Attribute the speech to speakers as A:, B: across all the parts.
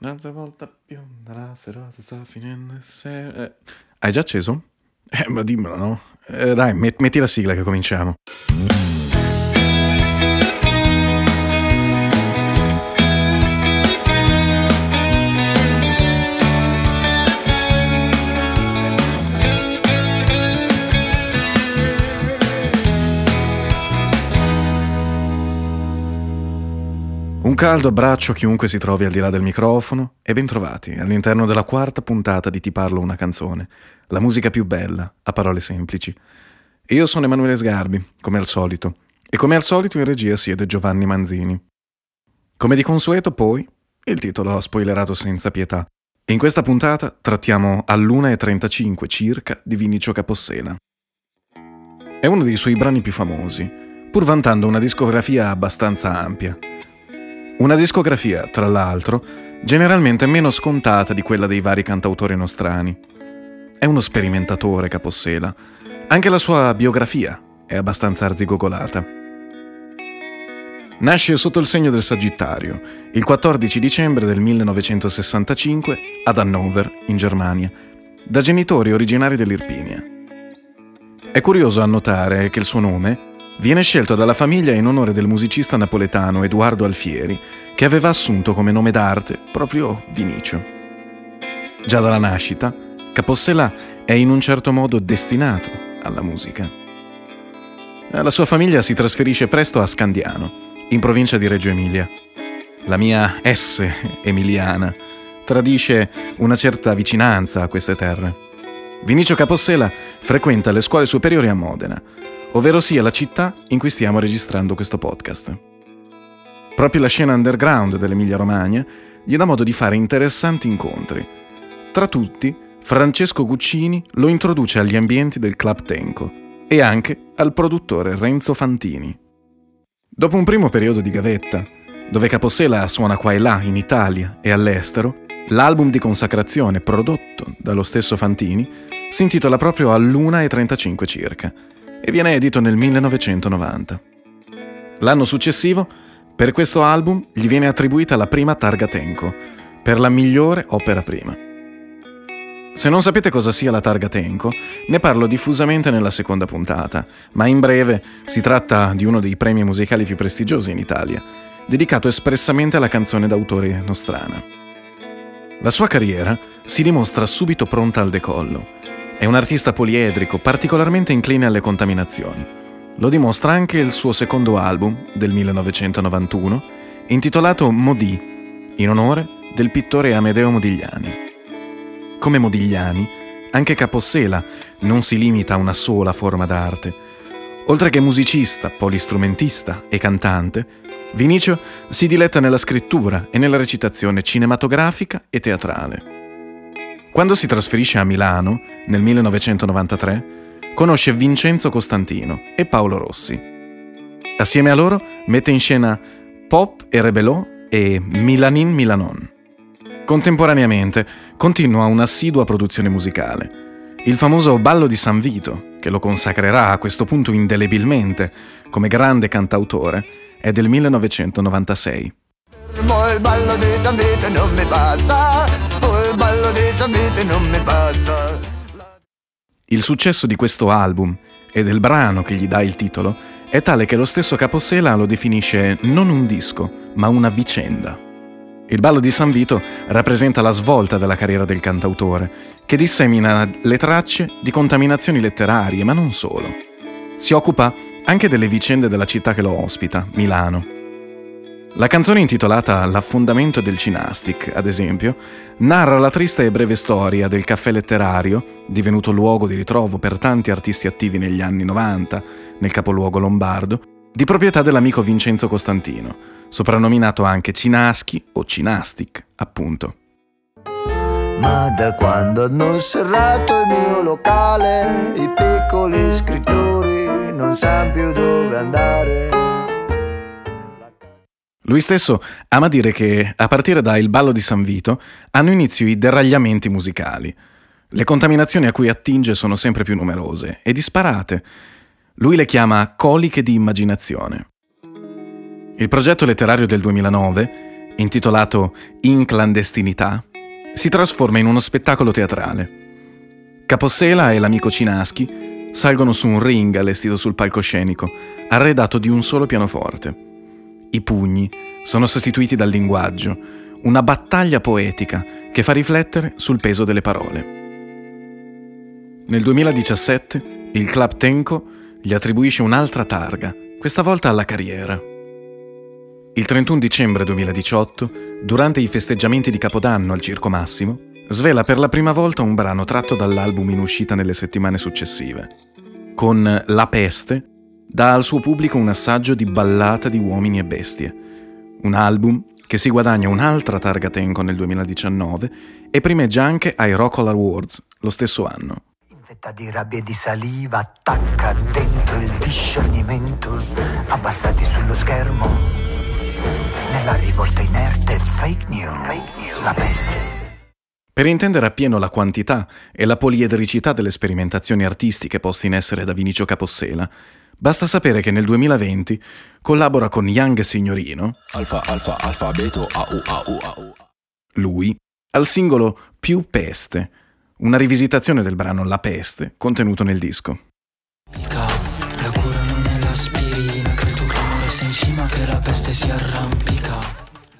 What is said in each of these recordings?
A: Un'altra volta bionda, la serata sta finendo. Hai già acceso? Ma dimmelo, no? Dai, metti la sigla che cominciamo. Un caldo abbraccio a chiunque si trovi al di là del microfono e bentrovati all'interno della quarta puntata di Ti parlo una canzone, la musica più bella, a parole semplici. Io sono Emanuele Sgarbi, come al solito, e come al solito in regia siede Giovanni Manzini. Come di consueto poi, il titolo ho spoilerato senza pietà. In questa puntata trattiamo all'1:35 circa di Vinicio Capossela. È uno dei suoi brani più famosi, pur vantando una discografia abbastanza ampia. Una discografia, tra l'altro, generalmente meno scontata di quella dei vari cantautori nostrani. È uno sperimentatore, Capossela. Anche la sua biografia è abbastanza arzigogolata. Nasce sotto il segno del Sagittario, il 14 dicembre del 1965 ad Hannover, in Germania, da genitori originari dell'Irpinia. È curioso annotare che il suo nome viene scelto dalla famiglia in onore del musicista napoletano Edoardo Alfieri, che aveva assunto come nome d'arte proprio Vinicio. Già dalla nascita, Capossela è in un certo modo destinato alla musica. La sua famiglia si trasferisce presto a Scandiano, in provincia di Reggio Emilia. La mia S emiliana tradisce una certa vicinanza a queste terre. Vinicio Capossela frequenta le scuole superiori a Modena, ovvero sia la città in cui stiamo registrando questo podcast. Proprio la scena underground dell'Emilia-Romagna gli dà modo di fare interessanti incontri. Tra tutti, Francesco Guccini lo introduce agli ambienti del Club Tenco e anche al produttore Renzo Fantini. Dopo un primo periodo di gavetta, dove Capossela suona qua e là in Italia e all'estero, l'album di consacrazione prodotto dallo stesso Fantini si intitola proprio all'1:35 circa e viene edito nel 1990. L'anno successivo, per questo album, gli viene attribuita la prima targa Tenco, per la migliore opera prima. Se non sapete cosa sia la targa Tenco, ne parlo diffusamente nella seconda puntata, ma in breve si tratta di uno dei premi musicali più prestigiosi in Italia, dedicato espressamente alla canzone d'autore nostrana. La sua carriera si dimostra subito pronta al decollo. È un artista poliedrico, particolarmente incline alle contaminazioni. Lo dimostra anche il suo secondo album, del 1991, intitolato Modì, in onore del pittore Amedeo Modigliani. Come Modigliani, anche Capossela non si limita a una sola forma d'arte. Oltre che musicista, polistrumentista e cantante, Vinicio si diletta nella scrittura e nella recitazione cinematografica e teatrale. Quando si trasferisce a Milano, nel 1993, conosce Vincenzo Costantino e Paolo Rossi. Assieme a loro mette in scena Pop e Rebelò e Milanin Milanon. Contemporaneamente continua un'assidua produzione musicale. Il famoso Ballo di San Vito, che lo consacrerà a questo punto indelebilmente come grande cantautore, è del 1996.
B: Il ballo di San Vito non mi passa, il ballo di San Vito non mi passa.
A: Il successo di questo album e del brano che gli dà il titolo è tale che lo stesso Capossela lo definisce non un disco, ma una vicenda. Il Ballo di San Vito rappresenta la svolta della carriera del cantautore, che dissemina le tracce di contaminazioni letterarie, ma non solo. Si occupa anche delle vicende della città che lo ospita, Milano. La canzone intitolata L'affondamento del Cinastic, ad esempio, narra la triste e breve storia del caffè letterario, divenuto luogo di ritrovo per tanti artisti attivi negli anni 90, nel capoluogo lombardo, di proprietà dell'amico Vincenzo Costantino, soprannominato anche Cinaschi o Cinastic, appunto.
B: Ma da quando hanno serrato il mio locale, i piccoli scrittori non sanno più dove andare.
A: Lui stesso ama dire che, a partire da Il Ballo di San Vito, hanno inizio i deragliamenti musicali. Le contaminazioni a cui attinge sono sempre più numerose e disparate. Lui le chiama coliche di immaginazione. Il progetto letterario del 2009 intitolato In clandestinità, si trasforma in uno spettacolo teatrale. Capossela e l'amico Cinaschi salgono su un ring allestito sul palcoscenico, arredato di un solo pianoforte. I pugni sono sostituiti dal linguaggio, una battaglia poetica che fa riflettere sul peso delle parole. Nel 2017 il Club Tenco gli attribuisce un'altra targa, questa volta alla carriera. Il 31 dicembre 2018, durante i festeggiamenti di Capodanno al Circo Massimo, svela per la prima volta un brano tratto dall'album in uscita nelle settimane successive. Con La Peste dà al suo pubblico un assaggio di Ballata di uomini e bestie, un album che si guadagna un'altra targa Tenco nel 2019 e primeggia anche ai Rock Hall Awards lo stesso anno.
B: Infetta di rabbia e di saliva, attacca dentro il discernimento, abbassati sullo schermo, nella rivolta inerte fake news, la peste.
A: Per intendere appieno la quantità e la poliedricità delle sperimentazioni artistiche poste in essere da Vinicio Capossela, basta sapere che nel 2020 collabora con Young Signorino,
C: alfabeto, au.
A: lui, al singolo Più Peste, una rivisitazione del brano La Peste contenuto nel disco.
C: La cura non è l'aspirina, credo clamore sia in cima che la peste si arrampica.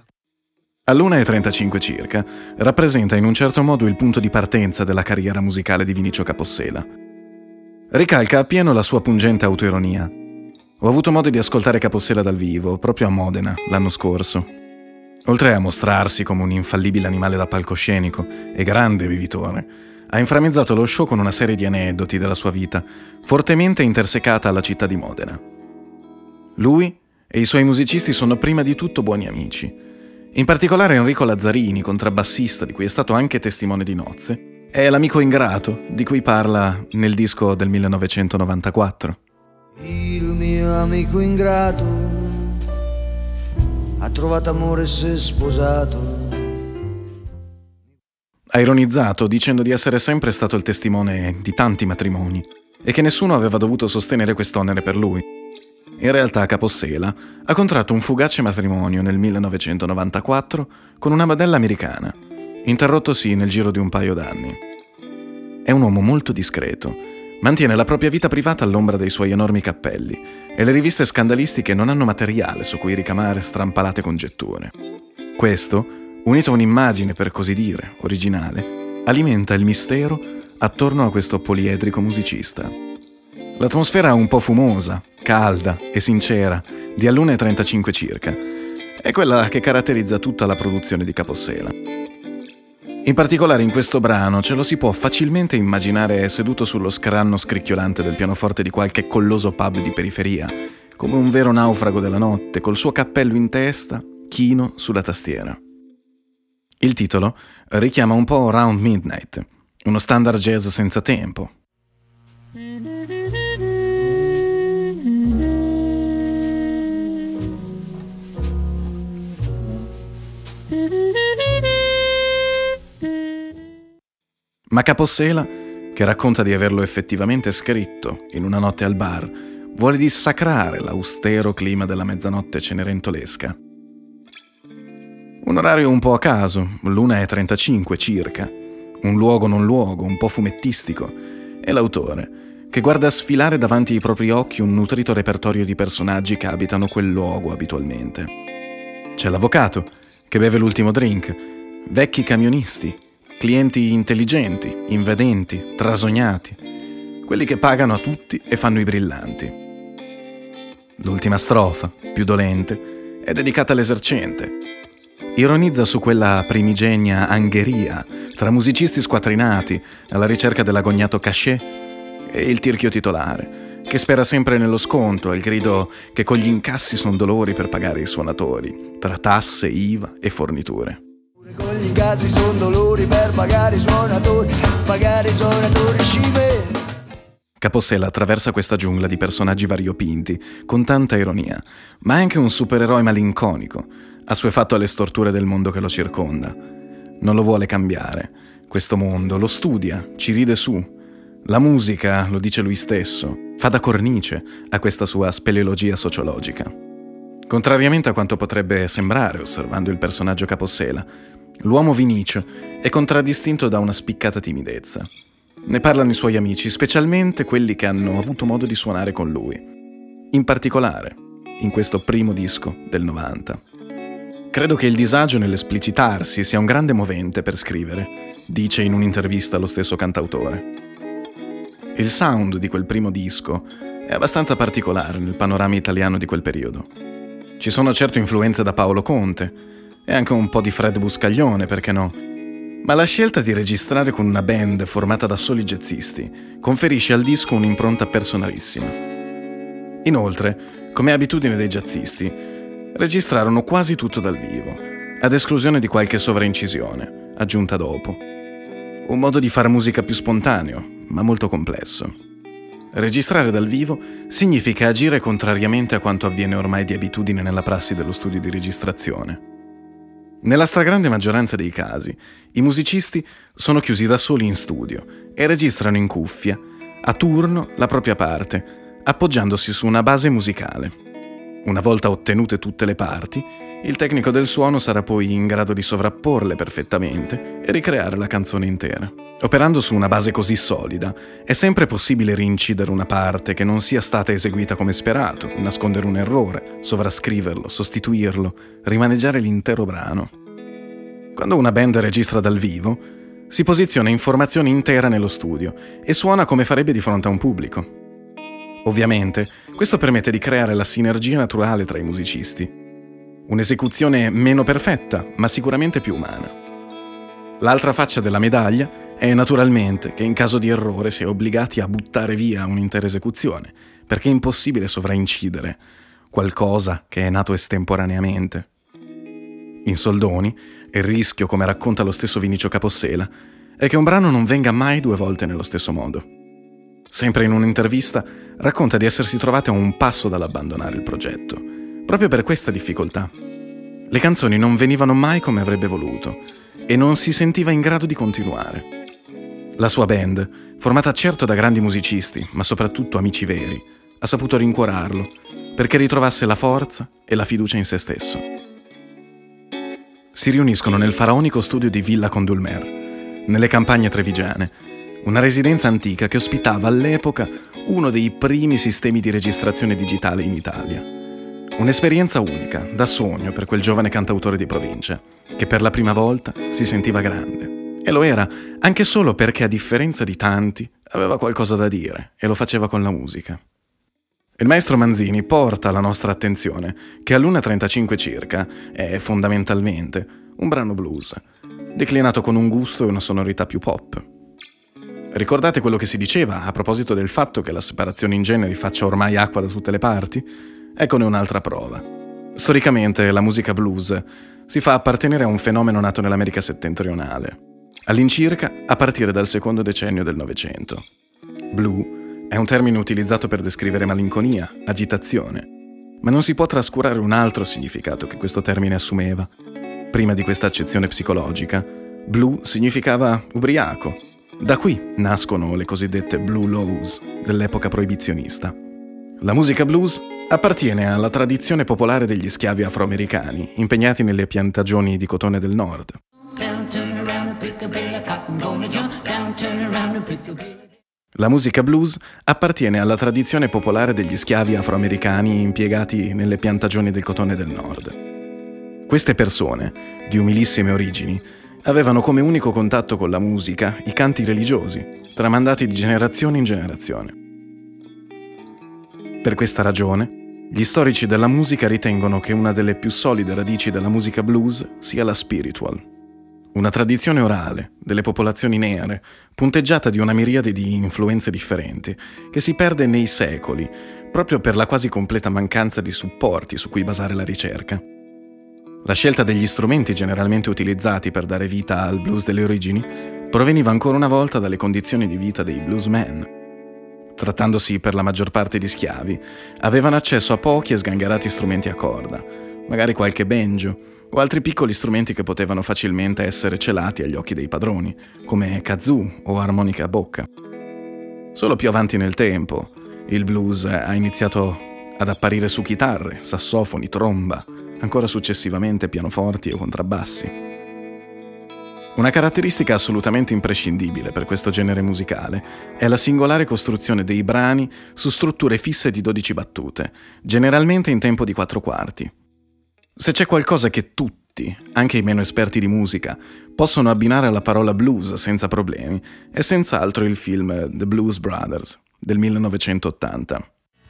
A: All'1:35 circa rappresenta in un certo modo il punto di partenza della carriera musicale di Vinicio Capossela. Ricalca appieno la sua pungente autoironia. Ho avuto modo di ascoltare Capossela dal vivo, proprio a Modena, l'anno scorso. Oltre a mostrarsi come un infallibile animale da palcoscenico e grande bevitore, ha inframmezzato lo show con una serie di aneddoti della sua vita, fortemente intersecata alla città di Modena. Lui e i suoi musicisti sono prima di tutto buoni amici. In particolare Enrico Lazzarini, contrabbassista di cui è stato anche testimone di nozze, è l'amico ingrato di cui parla nel disco del 1994.
B: Il mio amico ingrato ha trovato amore e si è sposato.
A: Ha ironizzato dicendo di essere sempre stato il testimone di tanti matrimoni e che nessuno aveva dovuto sostenere quest'onere per lui. In realtà Capossela ha contratto un fugace matrimonio nel 1994 con una modella americana, interrottosi nel giro di un paio d'anni. È un uomo molto discreto, mantiene la propria vita privata all'ombra dei suoi enormi cappelli e le riviste scandalistiche non hanno materiale su cui ricamare strampalate congetture. Questo, unito a un'immagine per così dire originale, alimenta il mistero attorno a questo poliedrico musicista. L'atmosfera un po' fumosa, calda e sincera di all'1:35 circa è quella che caratterizza tutta la produzione di Capossela. In particolare in questo brano ce lo si può facilmente immaginare seduto sullo scranno scricchiolante del pianoforte di qualche colloso pub di periferia, come un vero naufrago della notte, col suo cappello in testa, chino sulla tastiera. Il titolo richiama un po' Round Midnight, uno standard jazz senza tempo. Ma Capossela, che racconta di averlo effettivamente scritto in una notte al bar, vuole dissacrare l'austero clima della mezzanotte cenerentolesca. Un orario un po' a caso, l'1:35 circa, un luogo non luogo, un po' fumettistico, e l'autore, che guarda sfilare davanti ai propri occhi un nutrito repertorio di personaggi che abitano quel luogo abitualmente. C'è l'avvocato, che beve l'ultimo drink, vecchi camionisti, clienti intelligenti, invedenti, trasognati, quelli che pagano a tutti e fanno i brillanti. L'ultima strofa, più dolente, è dedicata all'esercente. Ironizza su quella primigenia angheria tra musicisti squattrinati alla ricerca dell'agognato cachet e il tirchio titolare, che spera sempre nello sconto al grido che con gli incassi son dolori per pagare i suonatori, tra tasse, IVA e forniture.
B: Con gli incassi son dolori per pagare i suonatori scime.
A: Capossela attraversa questa giungla di personaggi variopinti, con tanta ironia, ma è anche un supereroe malinconico, assuefatto alle storture del mondo che lo circonda. Non lo vuole cambiare. Questo mondo lo studia, ci ride su. La musica, lo dice lui stesso, fa da cornice a questa sua speleologia sociologica. Contrariamente a quanto potrebbe sembrare osservando il personaggio Capossela, l'uomo Vinicio è contraddistinto da una spiccata timidezza. Ne parlano i suoi amici, specialmente quelli che hanno avuto modo di suonare con lui. In particolare, in questo primo disco del 90. Credo che il disagio nell'esplicitarsi sia un grande movente per scrivere, dice in un'intervista lo stesso cantautore. Il sound di quel primo disco è abbastanza particolare nel panorama italiano di quel periodo. Ci sono certo influenze da Paolo Conte e anche un po' di Fred Buscaglione, perché no? Ma la scelta di registrare con una band formata da soli jazzisti conferisce al disco un'impronta personalissima. Inoltre, come abitudine dei jazzisti, registrarono quasi tutto dal vivo, ad esclusione di qualche sovraincisione, aggiunta dopo. Un modo di fare musica più spontaneo, ma molto complesso. Registrare dal vivo significa agire contrariamente a quanto avviene ormai di abitudine nella prassi dello studio di registrazione. Nella stragrande maggioranza dei casi, i musicisti sono chiusi da soli in studio e registrano in cuffia, a turno, la propria parte, appoggiandosi su una base musicale. Una volta ottenute tutte le parti, il tecnico del suono sarà poi in grado di sovrapporle perfettamente e ricreare la canzone intera. Operando su una base così solida, è sempre possibile rincidere una parte che non sia stata eseguita come sperato, nascondere un errore, sovrascriverlo, sostituirlo, rimaneggiare l'intero brano. Quando una band registra dal vivo, si posiziona in formazione intera nello studio e suona come farebbe di fronte a un pubblico. Ovviamente, questo permette di creare la sinergia naturale tra i musicisti. Un'esecuzione meno perfetta, ma sicuramente più umana. L'altra faccia della medaglia è naturalmente che in caso di errore si è obbligati a buttare via un'intera esecuzione, perché è impossibile sovraincidere qualcosa che è nato estemporaneamente. In soldoni, il rischio, come racconta lo stesso Vinicio Capossela, è che un brano non venga mai 2 volte nello stesso modo. Sempre in un'intervista racconta di essersi trovato a un passo dall'abbandonare il progetto, proprio per questa difficoltà. Le canzoni non venivano mai come avrebbe voluto e non si sentiva in grado di continuare. La sua band, formata certo da grandi musicisti, ma soprattutto amici veri, ha saputo rincuorarlo perché ritrovasse la forza e la fiducia in se stesso. Si riuniscono nel faraonico studio di Villa Condulmer, nelle campagne trevigiane, una residenza antica che ospitava all'epoca uno dei primi sistemi di registrazione digitale in Italia. Un'esperienza unica, da sogno per quel giovane cantautore di provincia, che per la prima volta si sentiva grande. E lo era anche solo perché, a differenza di tanti, aveva qualcosa da dire e lo faceva con la musica. Il maestro Manzini porta alla nostra attenzione che all'1:35 circa è fondamentalmente un brano blues, declinato con un gusto e una sonorità più pop. Ricordate quello che si diceva a proposito del fatto che la separazione in generi faccia ormai acqua da tutte le parti? Eccone un'altra prova. Storicamente la musica blues si fa appartenere a un fenomeno nato nell'America settentrionale, all'incirca a partire dal secondo decennio del Novecento. Blue è un termine utilizzato per descrivere malinconia, agitazione, ma non si può trascurare un altro significato che questo termine assumeva. Prima di questa accezione psicologica, blue significava ubriaco. Da qui nascono le cosiddette blue laws dell'epoca proibizionista. La musica blues appartiene alla tradizione popolare degli schiavi afroamericani impegnati nelle piantagioni di cotone del nord. La musica blues appartiene alla tradizione popolare degli schiavi afroamericani impiegati nelle piantagioni del cotone del nord. Queste persone, di umilissime origini, avevano come unico contatto con la musica i canti religiosi, tramandati di generazione in generazione. Per questa ragione, gli storici della musica ritengono che una delle più solide radici della musica blues sia la spiritual, una tradizione orale delle popolazioni nere, punteggiata di una miriade di influenze differenti, che si perde nei secoli, proprio per la quasi completa mancanza di supporti su cui basare la ricerca. La scelta degli strumenti generalmente utilizzati per dare vita al blues delle origini proveniva ancora una volta dalle condizioni di vita dei bluesmen. Trattandosi per la maggior parte di schiavi, avevano accesso a pochi e sgangherati strumenti a corda, magari qualche banjo o altri piccoli strumenti che potevano facilmente essere celati agli occhi dei padroni, come kazoo o armonica a bocca. Solo più avanti nel tempo, il blues ha iniziato ad apparire su chitarre, sassofoni, tromba, ancora successivamente pianoforti e contrabbassi. Una caratteristica assolutamente imprescindibile per questo genere musicale è la singolare costruzione dei brani su strutture fisse di 12 battute, generalmente in tempo di 4/4. Se c'è qualcosa che tutti, anche i meno esperti di musica, possono abbinare alla parola blues senza problemi, è senz'altro il film The Blues Brothers del 1980.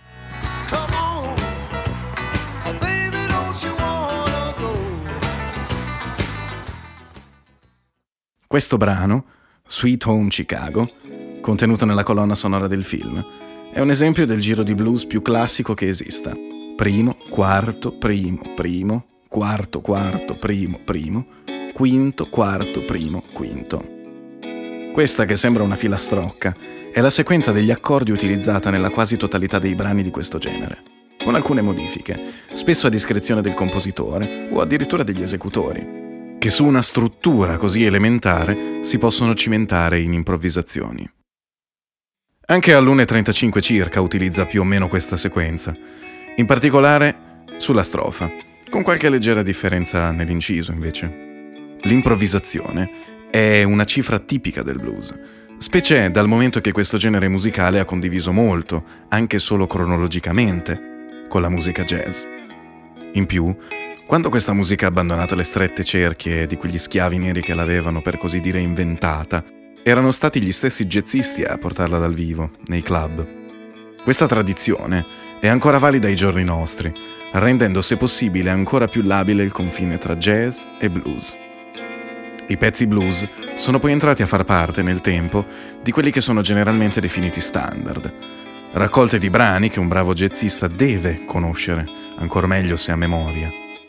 A: Questo brano, Sweet Home Chicago, contenuto nella colonna sonora del film, è un esempio del giro di blues più classico che esista. Primo, quarto, primo, primo, quarto, quarto, primo, primo, quinto, quarto, primo, quinto. Questa, che sembra una filastrocca, è la sequenza degli accordi utilizzata nella quasi totalità dei brani di questo genere, con alcune modifiche, spesso a discrezione del compositore o addirittura degli esecutori, che su una struttura così elementare si possono cimentare in improvvisazioni. Anche all'1:35 circa utilizza più o meno questa sequenza, in particolare sulla strofa, con qualche leggera differenza nell'inciso invece. L'improvvisazione è una cifra tipica del blues, specie dal momento che questo genere musicale ha condiviso molto, anche solo cronologicamente, con la musica jazz. In più, quando questa musica ha abbandonato le strette cerchie di quegli schiavi neri che l'avevano per così dire inventata, erano stati gli stessi jazzisti a portarla dal vivo, nei club. Questa tradizione è ancora valida ai giorni nostri, rendendo se possibile ancora più labile il confine tra jazz e blues. I pezzi blues sono poi entrati a far parte nel tempo di quelli che sono generalmente definiti standard, raccolte di brani che un bravo jazzista deve conoscere, ancor meglio se a memoria.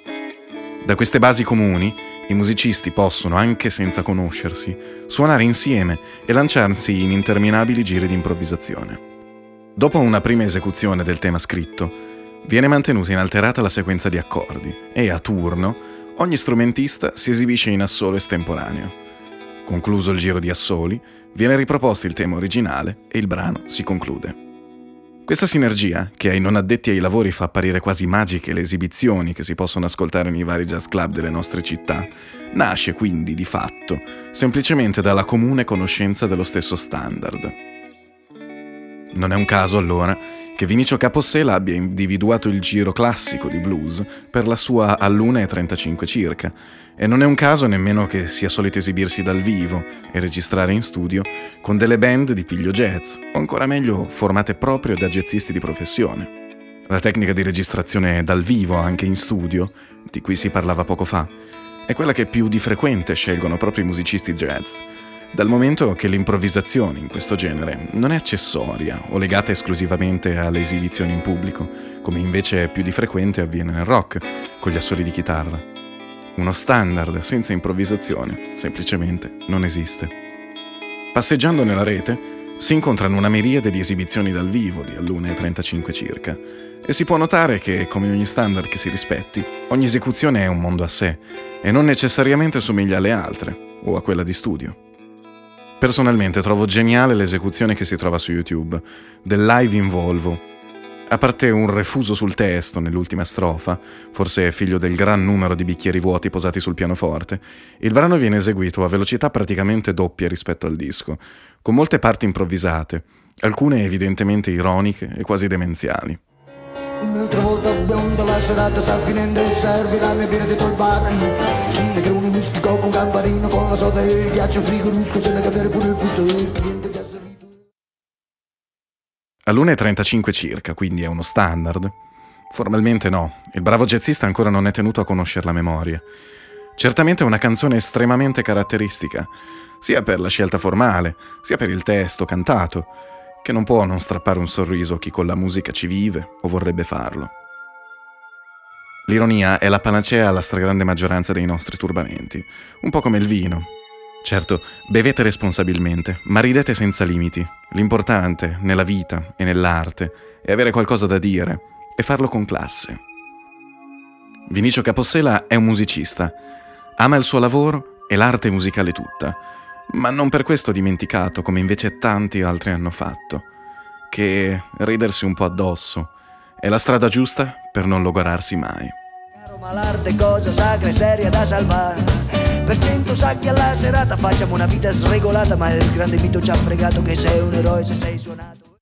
A: Da queste basi comuni, i musicisti possono, anche senza conoscersi, suonare insieme e lanciarsi in interminabili giri di improvvisazione. Dopo una prima esecuzione del tema scritto, viene mantenuta inalterata la sequenza di accordi e, a turno, ogni strumentista si esibisce in assolo estemporaneo. Concluso il giro di assoli, viene riproposto il tema originale e il brano si conclude. Questa sinergia, che ai non addetti ai lavori fa apparire quasi magiche le esibizioni che si possono ascoltare nei vari jazz club delle nostre città, nasce quindi di fatto semplicemente dalla comune conoscenza dello stesso standard. Non è un caso allora che Vinicio Capossela abbia individuato il giro classico di blues per la sua all'1:35 circa, e non è un caso nemmeno che sia solito esibirsi dal vivo e registrare in studio con delle band di piglio jazz, o ancora meglio formate proprio da jazzisti di professione. La tecnica di registrazione dal vivo anche in studio, di cui si parlava poco fa, è quella che più di frequente scelgono proprio i musicisti jazz, dal momento che l'improvvisazione in questo genere non è accessoria o legata esclusivamente alle esibizioni in pubblico, come invece più di frequente avviene nel rock, con gli assoli di chitarra. Uno standard senza improvvisazione semplicemente non esiste. Passeggiando nella rete si incontrano una miriade di esibizioni dal vivo di all'1:35 circa, e si può notare che, come ogni standard che si rispetti, ogni esecuzione è un mondo a sé e non necessariamente somiglia alle altre o a quella di studio. Personalmente trovo geniale l'esecuzione che si trova su YouTube del Live in Volvo. A parte un refuso sul testo nell'ultima strofa, forse figlio del gran numero di bicchieri vuoti posati sul pianoforte, il brano viene eseguito a velocità praticamente doppia rispetto al disco, con molte parti improvvisate, alcune evidentemente ironiche e quasi demenziali.
D: Un'altra volta bionda, la serata sta finendo, servi la mia birra dentro il bar. Negroni, whisky, coco, un campanino con la soda e il ghiaccio frigorusco, c'è da cambiare pure il fusto e il cliente già servito.
A: All'1:35 circa, quindi è uno standard? Formalmente no, il bravo jazzista ancora non è tenuto a conoscere la memoria. Certamente è una canzone estremamente caratteristica, sia per la scelta formale, sia per il testo cantato, che non può non strappare un sorriso a chi con la musica ci vive o vorrebbe farlo. L'ironia è la panacea alla stragrande maggioranza dei nostri turbamenti, un po' come il vino. Certo, bevete responsabilmente, ma ridete senza limiti. L'importante, nella vita e nell'arte, è avere qualcosa da dire e farlo con classe. Vinicio Capossela è un musicista, ama il suo lavoro e l'arte musicale tutta, ma non per questo dimenticato, come invece tanti altri hanno fatto, che ridersi un po' addosso È la strada giusta per non logorarsi mai.
D: Caro Malarte, cosa sacra e seria da salvare. Per 100 sacchi alla serata facciamo una vita sregolata, ma il grande mito ci ha fregato che sei un eroe se sei suonato.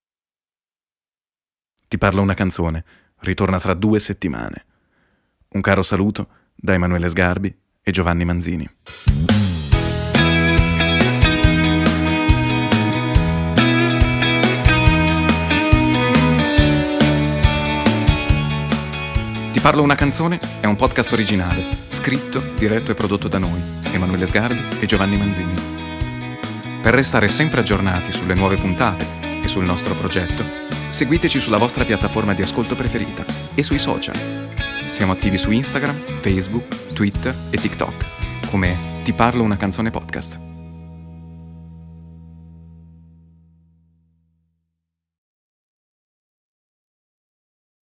A: Ti parla una canzone, ritorna tra 2 settimane. Un caro saluto da Emanuele Sgarbi e Giovanni Manzini. Ti parlo una canzone è un podcast originale, scritto, diretto e prodotto da noi, Emanuele Sgarbi e Giovanni Manzini. Per restare sempre aggiornati sulle nuove puntate e sul nostro progetto, seguiteci sulla vostra piattaforma di ascolto preferita e sui social. Siamo attivi su Instagram, Facebook, Twitter e TikTok, come Ti parlo una canzone podcast.